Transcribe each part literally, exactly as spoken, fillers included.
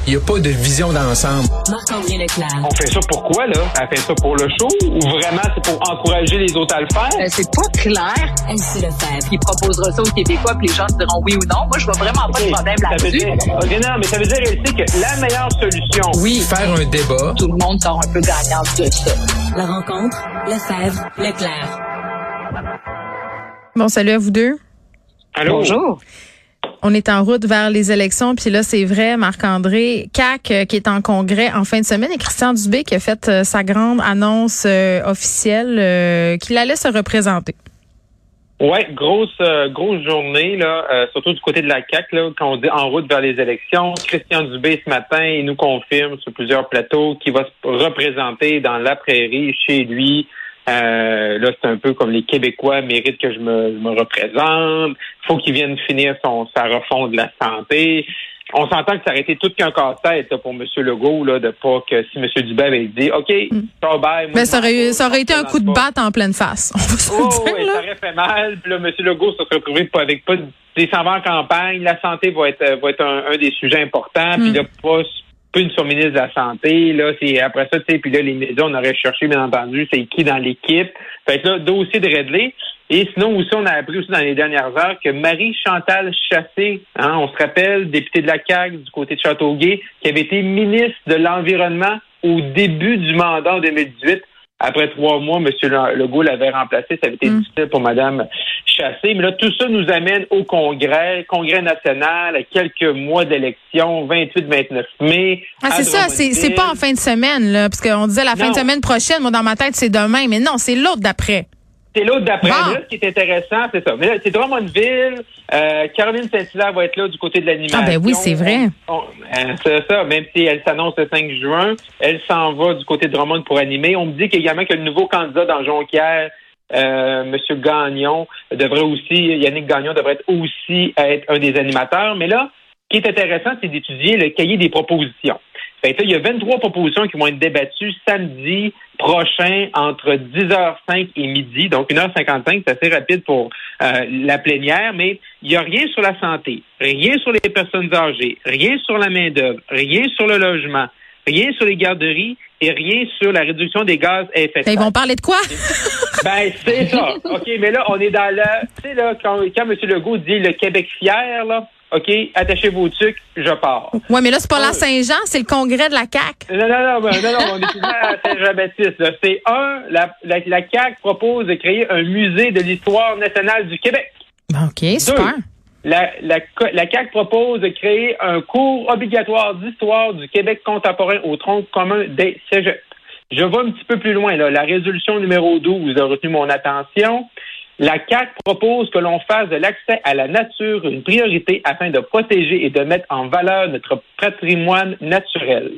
Il n'y a pas de vision d'ensemble. Marc-André Leclerc. On fait ça pourquoi, là? Elle fait ça pour le show ou vraiment c'est pour encourager les autres à le faire? Euh, c'est pas clair. Elsie Lefebvre. Il proposera ça aux Québécois puis les gens diront oui ou non. Moi, je vois vraiment pas de problème ça là-dessus. Veut dire, okay, non, mais ça veut dire, Elsie, que la meilleure solution... Oui, faire un débat. Tout le monde sort un peu gagnant de ça. La rencontre, Lefebvre, Leclerc. Bon, salut à vous deux. Allô? Bonjour. On est en route vers les élections, puis là, c'est vrai, Marc-André, C A Q euh, qui est en congrès en fin de semaine, et Christian Dubé qui a fait euh, sa grande annonce euh, officielle euh, qu'il allait se représenter. Ouais, grosse euh, grosse journée, là, euh, surtout du côté de la C A Q, là, quand on dit en route vers les élections. Christian Dubé, ce matin, il nous confirme sur plusieurs plateaux qu'il va se représenter dans la prairie, chez lui. Euh, là, c'est un peu comme les Québécois méritent que je me, je me représente. Faut qu'il vienne finir son sa refonte de la santé. On s'entend que ça aurait été tout qu'un casse-tête là, pour M. Legault, là, de pas que si M. Dubé avait dit OK, mm. ciao, bye. Moi, Mais ça aurait, pas, ça aurait été un coup de batte en pleine face. On va se oh, dire, oui, là. ça aurait fait mal. Puis là, M. Legault se serait retrouvé pas avec pas des s'en va en campagne. La santé va être va être un, un des sujets importants. Mm. Puis là, pas pas une surministre de la santé, là, c'est après ça, tu sais, puis là, les médias, on aurait cherché, bien entendu, c'est qui dans l'équipe. Fait que là, dossier de réglé. Et sinon, aussi, on a appris aussi dans les dernières heures que Marie-Chantal Chassé, hein, on se rappelle, députée de la C A Q du côté de Châteauguay, qui avait été ministre de l'Environnement au début du mandat en deux mille dix-huit. Après trois mois, M. Legault l'avait remplacé. Ça avait été mmh. difficile pour Mme Chassé. Mais là, tout ça nous amène au Congrès, Congrès national, à quelques mois d'élection, vingt-huit vingt-neuf mai. Ah, c'est ça, c'est, c'est pas en fin de semaine, là, parce qu'on disait la fin non. de semaine prochaine. Moi, dans ma tête, c'est demain. Mais non, c'est l'autre d'après. C'est l'autre d'après. Bon. Mais là, ce qui est intéressant, c'est ça. Mais là, c'est Drummondville. Euh, Caroline Saint-Hilaire va être là du côté de l'animation. Ah, ben oui, c'est vrai. On, on, euh, c'est ça. Même si elle s'annonce le cinq juin, elle s'en va du côté de Drummond pour animer. On me dit également que le nouveau candidat dans Jonquière, euh, M. Gagnon, devrait aussi, Yannick Gagnon devrait être aussi être un des animateurs. Mais là, ce qui est intéressant, c'est d'étudier le cahier des propositions. Fait que là, il y a vingt-trois propositions qui vont être débattues samedi prochain entre dix heures cinq et midi, donc une heure cinquante-cinq, c'est assez rapide pour euh, la plénière, mais il n'y a rien sur la santé, rien sur les personnes âgées, rien sur la main-d'œuvre, rien sur le logement, rien sur les garderies et rien sur la réduction des gaz à effet de serre. Ils vont parler de quoi? Ben, c'est ça. OK, mais là, on est dans la... Tu sais, là, quand, quand M. Legault dit le Québec fier, là, OK, attachez vos trucs, je pars. Oui, mais là, c'est pas la Saint-Jean, c'est le congrès de la C A Q. Non, non, non, non, non, on est toujours à Saint-Jean-Baptiste. Là. C'est un, la, la, la C A Q propose de créer un musée de l'histoire nationale du Québec. OK, super. Deux, la, la, la C A Q propose de créer un cours obligatoire d'histoire du Québec contemporain au tronc commun des cégeps. Je vais un petit peu plus loin, là. La résolution numéro douze a retenu mon attention. La C A Q propose que l'on fasse de l'accès à la nature une priorité afin de protéger et de mettre en valeur notre patrimoine naturel.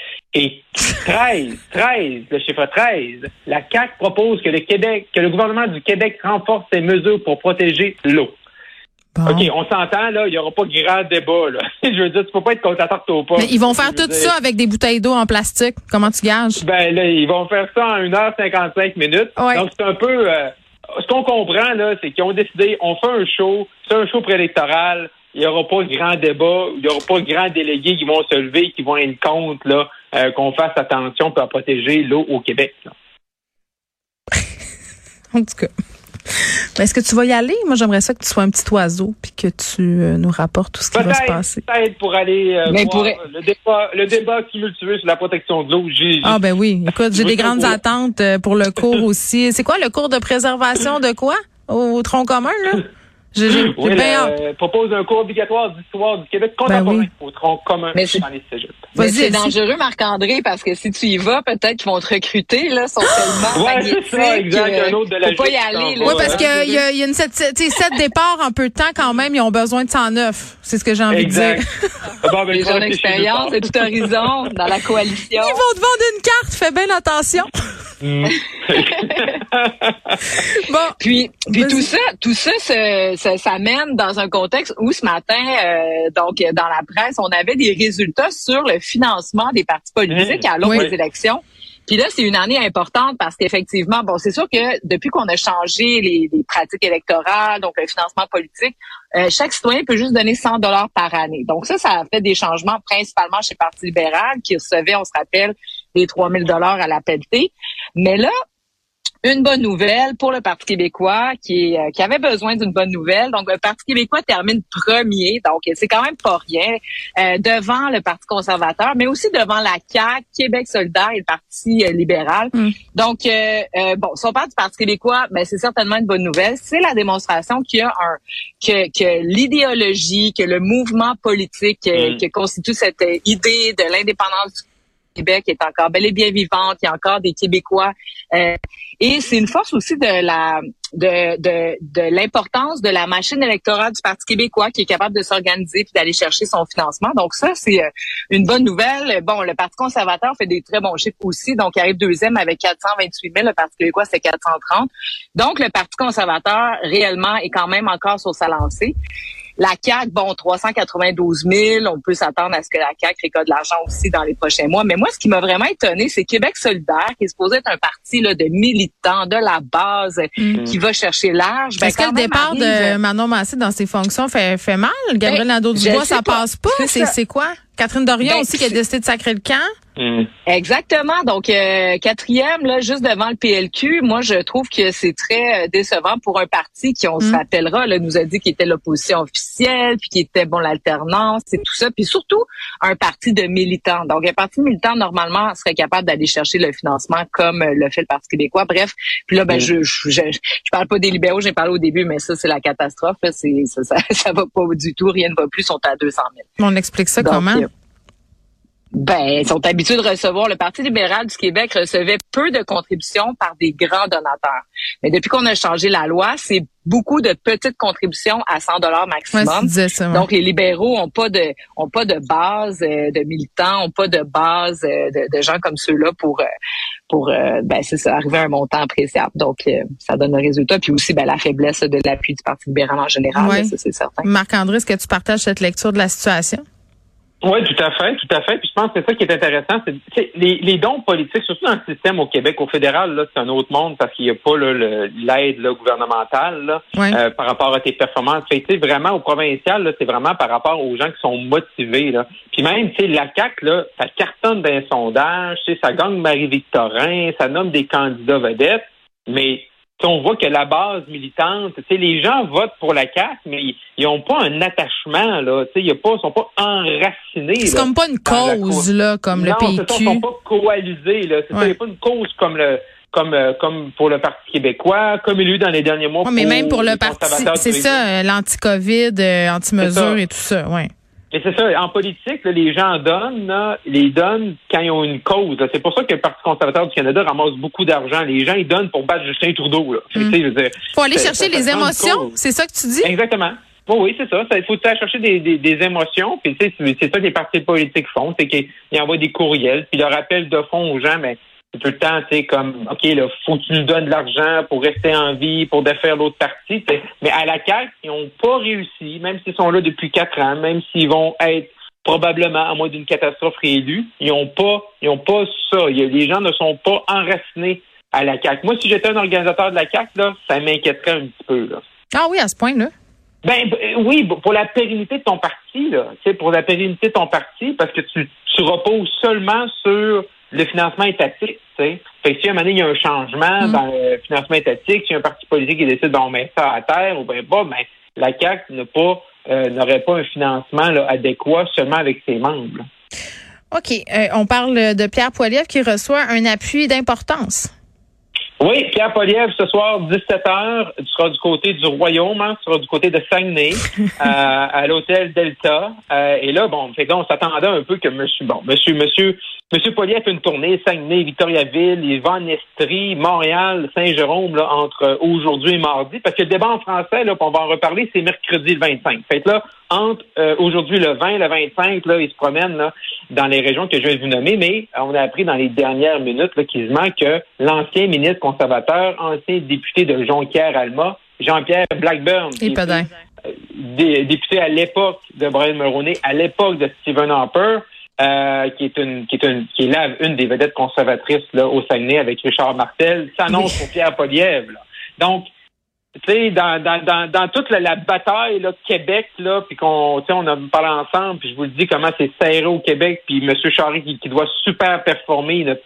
Et treize, treize, le chiffre treize, la C A Q propose que le Québec, que le gouvernement du Québec renforce ses mesures pour protéger l'eau. Bon. OK, on s'entend, là, il n'y aura pas grand débat, là. Je veux dire, tu peux pas être contre la tarte aux pommes. Mais ils vont faire tout dire. ça avec des bouteilles d'eau en plastique. Comment tu gages? Ben, là, ils vont faire ça en une heure cinquante-cinq minutes. Ouais. Donc, c'est un peu, euh, ce qu'on comprend, là, c'est qu'ils ont décidé, on fait un show, c'est un show préélectoral, il n'y aura pas de grand débat, il n'y aura pas de grands délégués qui vont se lever, qui vont être contre, là, euh, qu'on fasse attention pour protéger l'eau au Québec, là. En tout cas. Mais est-ce que tu vas y aller? Moi, j'aimerais ça que tu sois un petit oiseau puis que tu euh, nous rapportes tout ce qui peut-être, va se passer. Peut-être pour aller euh, voir pour... le débat, le débat tumultueux sur la protection de l'eau. J'ai, j'ai... Ah ben oui. Écoute, j'ai des grandes attentes pour le cours aussi. C'est quoi le cours de préservation de quoi? Au tronc commun, là? J'ai, j'ai, oui, j'ai bien euh, propose un cours obligatoire d'histoire du Québec contemporain ben oui. au tronc commun mais c'est, dans les cégeps. Mais c'est dangereux, Marc-André, parce que si tu y vas, peut-être qu'ils vont te recruter, là, sont tellement ouais, magnétiques. C'est ça, exact, euh, un autre de la faut pas y aller, là. Oui, parce qu'il y a, y a une sept, sept départs en peu de temps quand même, ils ont besoin de cent neuf. C'est ce que j'ai envie exact. de dire. Bon, ben, les gens d'expérience et tout horizon dans la coalition. Ils vont te vendre une carte, fais bien attention. bon, puis, puis tout ça, tout ça, ça, ça, ça mène dans un contexte où ce matin, euh, donc dans la presse, on avait des résultats sur le financement des partis politiques mmh, à l'aube oui. des élections. Puis là, c'est une année importante parce qu'effectivement, bon, c'est sûr que depuis qu'on a changé les, les pratiques électorales, donc le financement politique, euh, chaque citoyen peut juste donner cent dollars par année. Donc ça, ça a fait des changements principalement chez le Parti libéral qui recevait, on se rappelle, les trois mille dollars à la pelletée. Mais là, une bonne nouvelle pour le Parti québécois qui, est, qui avait besoin d'une bonne nouvelle. Donc, le Parti québécois termine premier. Donc, c'est quand même pas rien. Euh, devant le Parti conservateur, mais aussi devant la C A Q, Québec solidaire et le Parti euh, libéral. Mm. Donc, euh, euh, bon, si on parle du Parti québécois, ben c'est certainement une bonne nouvelle. C'est la démonstration qu'il y a un que, que l'idéologie, que le mouvement politique euh, mm. qui constitue cette euh, idée de l'indépendance du Québec est encore bel et bien vivante, il y a encore des Québécois euh, et c'est une force aussi de la de de de l'importance de la machine électorale du Parti québécois qui est capable de s'organiser puis d'aller chercher son financement. Donc ça c'est une bonne nouvelle. Bon, le Parti conservateur fait des très bons chiffres aussi, donc il arrive deuxième avec quatre cent vingt-huit mille, le Parti québécois c'est quatre cent trente. Donc le Parti conservateur réellement est quand même encore sur sa lancée. La C A Q, bon, trois cent quatre-vingt-douze mille, on peut s'attendre à ce que la C A Q récolte de l'argent aussi dans les prochains mois. Mais moi, ce qui m'a vraiment étonné, c'est Québec solidaire, qui est supposé être un parti là, de militants, de la base, mmh. qui va chercher large. Ben, Est-ce que le départ arrive... de Manon Massé dans ses fonctions fait, fait mal? Gabriel ben, Nadeau-Dubois, ça pas. passe pas? C'est, c'est quoi? Catherine Dorion ben, aussi qui a décidé de sacrer le camp? Mmh. Exactement. Donc, euh, quatrième, là, juste devant le P L Q, moi, je trouve que c'est très euh, décevant pour un parti qui, on mmh. se rappellera, là, nous a dit qu'il était l'opposition officielle, puis qui était, bon, l'alternance et tout ça, puis surtout un parti de militants. Donc, un parti de militants, normalement, serait capable d'aller chercher le financement comme euh, le fait le Parti québécois. Bref, puis là, ben, mmh. je, je, je, je parle pas des libéraux, j'ai parlé au début, mais ça, c'est la catastrophe. Là, c'est, ça, ça, ça va pas du tout, rien ne va plus, sont à deux cent mille. On explique ça Donc, comment? Euh, Ben, ils sont habitués de recevoir. Le Parti libéral du Québec recevait peu de contributions par des grands donateurs. Mais depuis qu'on a changé la loi, c'est beaucoup de petites contributions à cent dollars maximum. Ouais, ça, ouais. Donc, les libéraux ont pas de, ont pas de base euh, de militants, ont pas de base euh, de, de gens comme ceux-là pour, euh, pour, euh, ben, c'est ça, arriver à un montant appréciable. Donc, euh, ça donne le résultat. Puis aussi, ben, la faiblesse de l'appui du Parti libéral en général, ouais. là, ça, c'est certain. Marc-André, est-ce que tu partages cette lecture de la situation? Oui, tout à fait, tout à fait. Puis je pense que c'est ça qui est intéressant. C'est, c'est les, les dons politiques, surtout dans le système au Québec, au fédéral, là, c'est un autre monde parce qu'il n'y a pas là, le, l'aide là, gouvernementale là, oui. euh, par rapport à tes performances. Fait, tu sais, vraiment au provincial, là, c'est vraiment par rapport aux gens qui sont motivés. Là. Puis même, tu sais, la C A Q, là, ça cartonne d'un sondage, tu sais, ça gagne Marie-Victorin, ça nomme des candidats vedettes, mais on voit que la base militante, tu sais, les gens votent pour la C A Q, mais ils n'ont pas un attachement, là. Tu sais, ils ne sont pas enracinés. C'est là, comme pas une cause, là, comme non, le P Q. Non, ils ne sont pas coalisés, là. C'est ouais. ça, il n'y a pas une cause comme le comme euh, comme pour le Parti québécois, comme il y a eu dans les derniers mois. Ouais, mais même pour le Parti, c'est ça, euh, l'anti-COVID, euh, anti-mesures et tout ça, ouais. Mais c'est ça, en politique, là, les gens donnent, là, les donnent quand ils ont une cause. Là. C'est pour ça que le Parti conservateur du Canada ramasse beaucoup d'argent. Les gens, ils donnent pour battre Justin Trudeau. Là. Mm. Je veux dire, faut aller chercher les émotions, c'est ça que tu dis? Exactement. Oh, oui, c'est ça. Il faut aller chercher des, des, des émotions. Puis, tu sais, c'est, c'est ça que les partis politiques font, c'est qu'ils envoient des courriels, puis leur rappellent de fond aux gens, mais c'est tout le temps, tu sais, comme, OK, là, faut que tu nous donnes de l'argent pour rester en vie, pour défaire l'autre parti. T'sais. Mais à la C A Q, ils n'ont pas réussi, même s'ils sont là depuis quatre ans, même s'ils vont être probablement, à moins d'une catastrophe, réélus, ils n'ont pas, ils ont pas ça. Il y a, les gens ne sont pas enracinés à la C A Q. Moi, si j'étais un organisateur de la C A Q, là, ça m'inquiéterait un petit peu, là. Ah oui, à ce point-là? Ben, oui, pour la pérennité de ton parti, là. Tu sais, pour la pérennité de ton parti, parce que tu, tu reposes seulement sur le financement étatique, tu sais. Fait que si à un moment donné, il y a un changement mmh. dans le financement étatique, si y a un parti politique qui décide d'en mettre ça à terre ou bien pas, ben, la C A Q n'a pas, euh, n'aurait pas un financement là, adéquat seulement avec ses membres. Là. OK. Euh, on parle de Pierre Poilievre qui reçoit un appui d'importance. Oui, Pierre Poilievre, ce soir, dix-sept heures, tu seras du côté du Royaume, hein, tu seras du côté de Saguenay, euh, à l'hôtel Delta. Euh, et là, bon, fait on s'attendait un peu que monsieur, bon, monsieur, monsieur, monsieur Poilievre fait une tournée, Saguenay, Victoriaville, il va en Estrie, Montréal, Saint-Jérôme, là, entre aujourd'hui et mardi, parce que le débat en français, là, on va en reparler, c'est mercredi le vingt-cinq. Fait que là, entre euh, aujourd'hui le vingt, le vingt-cinq, là, ils se promènent là, dans les régions que je viens de vous nommer, mais on a appris dans les dernières minutes là, quasiment que l'ancien ministre conservateur, ancien député de Jonquière-Alma, Jean-Pierre Blackburn, qui était, euh, dé, député à l'époque de Brian Mulroney, à l'époque de Stephen Harper, euh, qui est une, qui est une, qui est là une des vedettes conservatrices là au Saguenay avec Richard Martel, s'annonce pour Pierre Poilievre. Là. Donc, tu sais, dans, dans, dans, dans toute la, la bataille là, de Québec, là, puis qu'on, tu sais, on a parlé ensemble, puis je vous le dis comment c'est serré au Québec, puis M. Charest qui, qui doit super performer, il ne,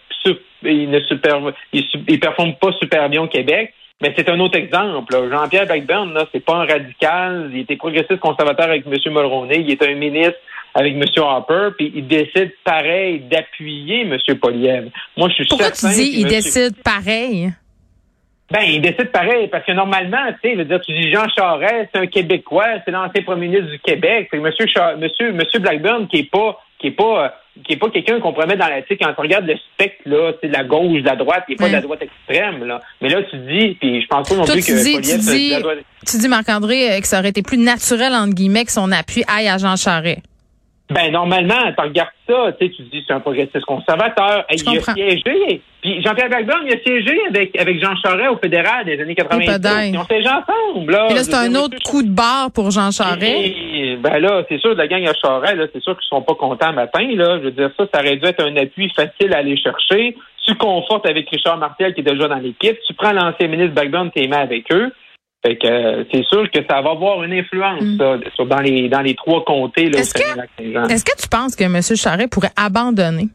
il ne super, il, il performe pas super bien au Québec, mais c'est un autre exemple. Là. Jean-Pierre Blackburn, là, c'est pas un radical, il était progressiste conservateur avec M. Mulroney, il est un ministre avec M. Harper, puis il décide pareil d'appuyer M. Poilievre. Moi, je suis Pourquoi certain. Pourquoi tu dis il M. décide pareil? Ben, il décide pareil, parce que normalement, tu sais, je veux dire, tu dis Jean Charest, c'est un Québécois, c'est l'ancien premier ministre du Québec. C'est Monsieur Char- Monsieur, Monsieur Blackburn qui est pas, qui est pas, euh, qui est pas quelqu'un qu'on promet dans la, tu sais, quand tu regardes le spectre, là, c'est de la gauche, de la droite, il est pas ouais. de la droite extrême, là. Mais là, tu dis, puis je pense pas non Toi, plus tu que dis, Poilievre, tu c'est dis, de la droite. tu dis, Marc-André, que ça aurait été plus naturel, entre guillemets, que son appui aille à Jean Charest. Ben, normalement, tu regardes ça, tu sais, tu dis, c'est un progressiste conservateur. Je il comprends. a siégé. Puis Jean-Pierre Blackburn, il a siégé avec, avec Jean Charest au fédéral des années quatre-vingt-dix. Ils ont siégé ensemble, là. Et là, c'est un autre coup de barre pour Jean Charest. Et, ben là, c'est sûr, de la gang à Charest, là, c'est sûr qu'ils sont pas contents matin, là. Je veux dire, ça, ça aurait dû être un appui facile à aller chercher. Tu confortes avec Richard Martel, qui est déjà dans l'équipe. Tu prends l'ancien ministre Blackburn, tu les mets avec eux. Fait que euh, c'est sûr que ça va avoir une influence mm. ça, sur, dans les dans les trois comtés là. Est-ce que, est-ce que tu penses que M. Charest pourrait abandonner?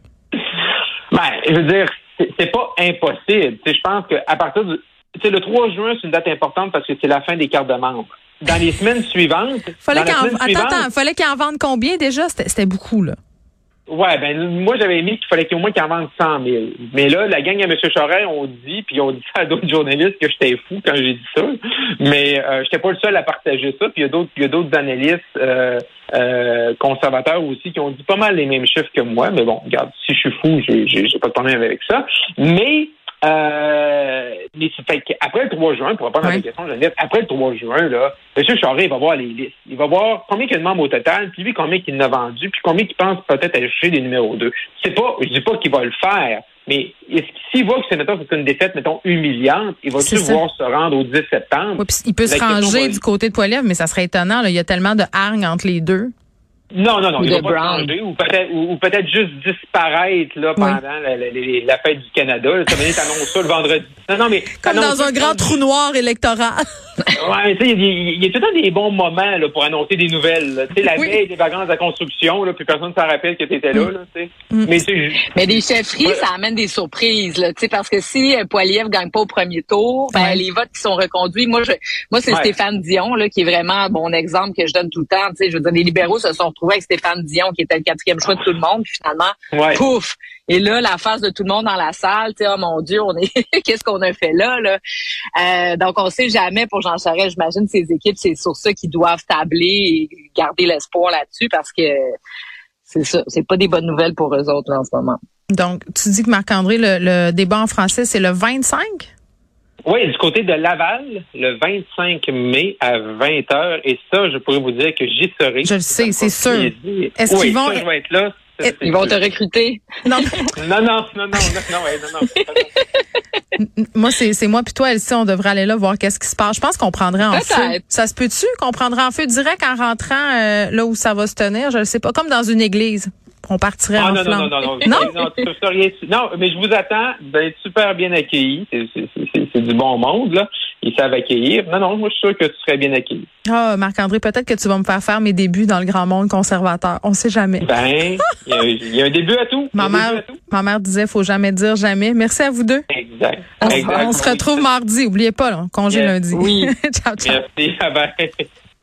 Ben, je veux dire, c'est, c'est pas impossible. Tu sais, je pense que à partir du, tu sais, le trois juin, c'est une date importante parce que c'est la fin des cartes de membres. Dans les semaines suivantes, fallait dans la qu'il en, semaine attends, suivante, attends, fallait qu'il en vende combien déjà? C'était, c'était beaucoup là. Ouais, ben moi j'avais mis qu'il fallait qu'il au moins qu'il en vende cent mille. Mais là, la gang à M. Charest ont dit, puis on dit ça à d'autres journalistes que j'étais fou quand j'ai dit ça. Mais euh, j'étais pas le seul à partager ça. Puis il y a d'autres, il y a d'autres analystes euh, euh, conservateurs aussi qui ont dit pas mal les mêmes chiffres que moi. Mais bon, regarde, si je suis fou, j'ai, j'ai, j'ai pas de problème avec ça. Mais Euh, mais c'est fait qu'après le trois juin, pour répondre ouais. à la question, Geneviève, après le trois juin, là, M. Charest, il va voir les listes. Il va voir combien il y a de membres au total, puis lui, combien il en a vendu, puis combien il pense peut-être aller chercher des numéros deux. C'est pas, je dis pas qu'il va le faire, mais est-ce, s'il voit que c'est, mettons, c'est une défaite, mettons, humiliante, il va-tu vouloir se rendre au dix septembre? Ouais, il peut la se ranger du côté de Poilievre, mais ça serait étonnant, là. Il y a tellement de hargne entre les deux. Non, non, non, ou il va pas changer, ou peut-être, ou, ou peut-être juste disparaître là pendant oui. la, la, la, la fête du Canada. Là, ça va être annoncé ça le vendredi. Non, non, mais comme dans un grand trou noir électoral. Ouais, mais tu sais, il y, y, y a tout le temps des bons moments là pour annoncer des nouvelles. Tu sais, la oui. veille des vacances de la construction, là, puis personne ne s'en rappelle que tu étais là, là, tu sais. Mm. Mais tu mais des chefferies, ouais. ça amène des surprises, là, tu sais, parce que si euh, Poilievre gagne pas au premier tour, ben ouais. les votes qui sont reconduits, moi, je, moi, c'est ouais. Stéphane Dion là qui est vraiment un bon exemple que je donne tout le temps. Tu sais, je veux dire, les libéraux se sont retrouvés avec Stéphane Dion qui était le quatrième choix de tout le monde, puis finalement, ouais. pouf. Et là, la face de tout le monde dans la salle, tu sais, oh mon Dieu, on est, qu'est-ce qu'on a fait là, là? Euh, donc, on sait jamais pour Jean Charest, j'imagine, ses équipes, c'est sur ça qu'ils doivent tabler et garder l'espoir là-dessus parce que c'est ça, c'est pas des bonnes nouvelles pour eux autres, là, en ce moment. Donc, tu dis que Marc-André, le, le débat en français, c'est le vingt-cinq? Oui, du côté de Laval, le vingt-cinq mai à vingt heures. Et ça, je pourrais vous dire que j'y serai. Je le sais, c'est sûr. Est-ce oui, qu'ils vont... ça, je vais être là. Ça, Ils vont sûr. te recruter. Non, non, non, non, non, non, non, ouais, non, non. Moi, c'est, c'est moi puis toi, Elsie, on devrait aller là voir qu'est-ce qui se passe. Je pense qu'on prendrait en feu. Ça se peut-tu qu'on prendrait en feu direct en rentrant euh, là où ça va se tenir? Je ne sais pas, comme dans une église. On partirait ah, en non, flamme. Non, non, non, non. Non, tu peux rien, non, mais je vous attends d'être super bien accueillis. C'est, c'est, c'est, c'est du bon monde, là. Ils savent accueillir. Non, non, moi, je suis sûr que tu serais bien accueilli. Ah, Marc-André, peut-être que tu vas me faire faire mes débuts dans le grand monde conservateur. On sait jamais. Ben, il y, y a un début à tout. Ma mère, à tout. ma mère disait, faut jamais dire jamais. Merci à vous deux. Exact. On, exact. on se retrouve mardi. Oubliez pas, là, congé yes. lundi. Oui. Ciao, ciao. Merci. Bye.